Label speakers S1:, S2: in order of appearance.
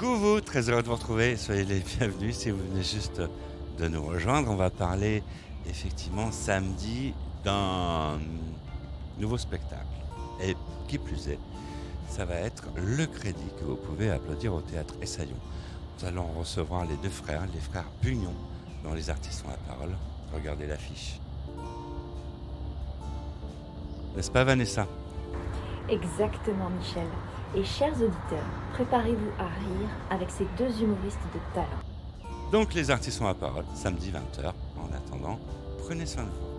S1: Coucou, très heureux de vous retrouver. Soyez les bienvenus si vous venez juste de nous rejoindre. On va parler effectivement samedi d'un nouveau spectacle. Et qui plus est, ça va être le crédit que vous pouvez applaudir au théâtre Essaillon. Nous allons recevoir les frères Pugnon, dont les artistes ont la parole. Regardez l'affiche. N'est-ce pas Vanessa ?
S2: Exactement, Michel. Et chers auditeurs, préparez-vous à rire avec ces deux humoristes de talent.
S1: Donc les artistes ont la parole, samedi 20h. En attendant, prenez soin de vous.